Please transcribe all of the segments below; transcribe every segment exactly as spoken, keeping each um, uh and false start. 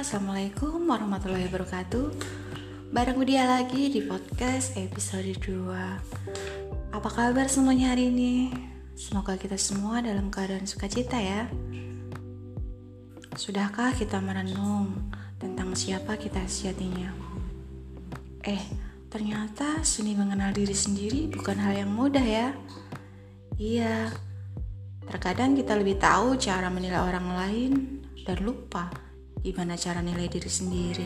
Assalamualaikum warahmatullahi wabarakatuh. Bareng Widya lagi di podcast episode dua. Apa kabar semuanya hari ini? Semoga kita semua dalam keadaan sukacita ya. Sudahkah kita merenung tentang siapa kita sejatinya? Eh, ternyata seni mengenal diri sendiri bukan hal yang mudah ya. Iya, terkadang kita lebih tahu cara menilai orang lain dan lupa gimana cara nilai diri sendiri.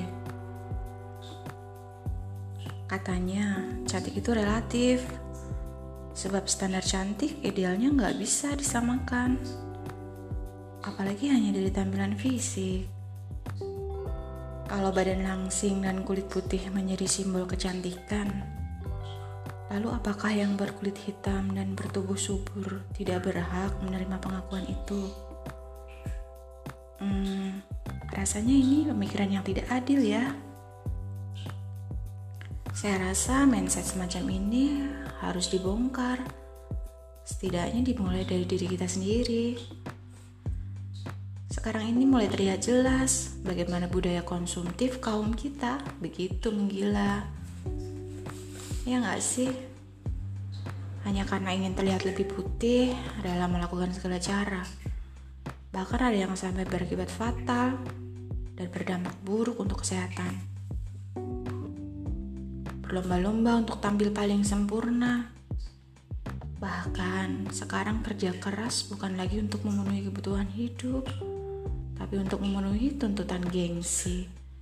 Katanya cantik itu relatif, sebab standar cantik idealnya gak bisa disamakan, apalagi hanya dari tampilan fisik. Kalau badan langsing dan kulit putih menjadi simbol kecantikan, lalu apakah yang berkulit hitam dan bertubuh subur tidak berhak menerima pengakuan itu? Hmm, rasanya ini pemikiran yang tidak adil ya. Saya rasa mindset semacam ini harus dibongkar. Setidaknya dimulai dari diri kita sendiri. Sekarang ini mulai terlihat jelas bagaimana budaya konsumtif kaum kita begitu menggila. Ya gak sih? Hanya karena ingin terlihat lebih putih, rela melakukan segala cara. Bahkan ada yang sampai berakibat fatal dan berdampak buruk untuk kesehatan. Berlomba-lomba untuk tampil paling sempurna. Bahkan sekarang kerja keras bukan lagi untuk memenuhi kebutuhan hidup, tapi untuk memenuhi tuntutan gengsi.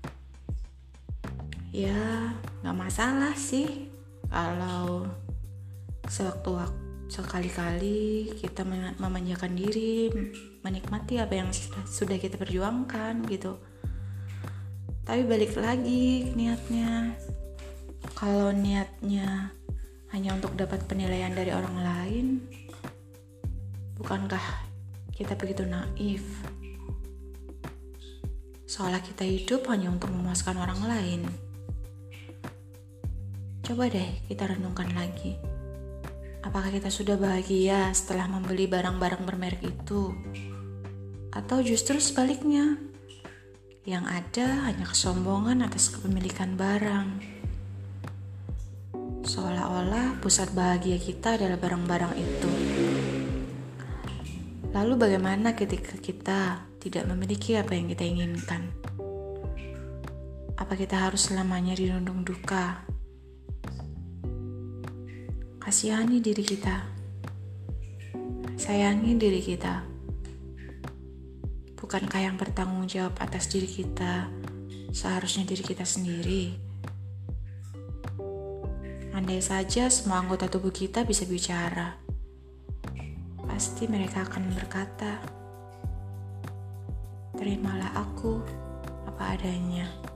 Ya, gak masalah sih kalau sewaktu-waktu sekali-kali kita memanjakan diri, menikmati apa yang sudah kita perjuangkan gitu. Tapi balik lagi niatnya. Kalau niatnya hanya untuk dapat penilaian dari orang lain, bukankah kita begitu naif? Seolah kita hidup hanya untuk memuaskan orang lain. Coba deh kita renungkan lagi. Apakah kita sudah bahagia setelah membeli barang-barang bermerek itu? Atau justru sebaliknya, yang ada hanya kesombongan atas kepemilikan barang. Seolah-olah pusat bahagia kita adalah barang-barang itu. Lalu bagaimana ketika kita tidak memiliki apa yang kita inginkan? Apa kita harus selamanya dirundung duka? Kasihani diri kita, sayangi diri kita. Bukankah yang bertanggung jawab atas diri kita seharusnya diri kita sendiri? Andai saja semua anggota tubuh kita bisa bicara, pasti mereka akan berkata, "Terimalah aku apa adanya."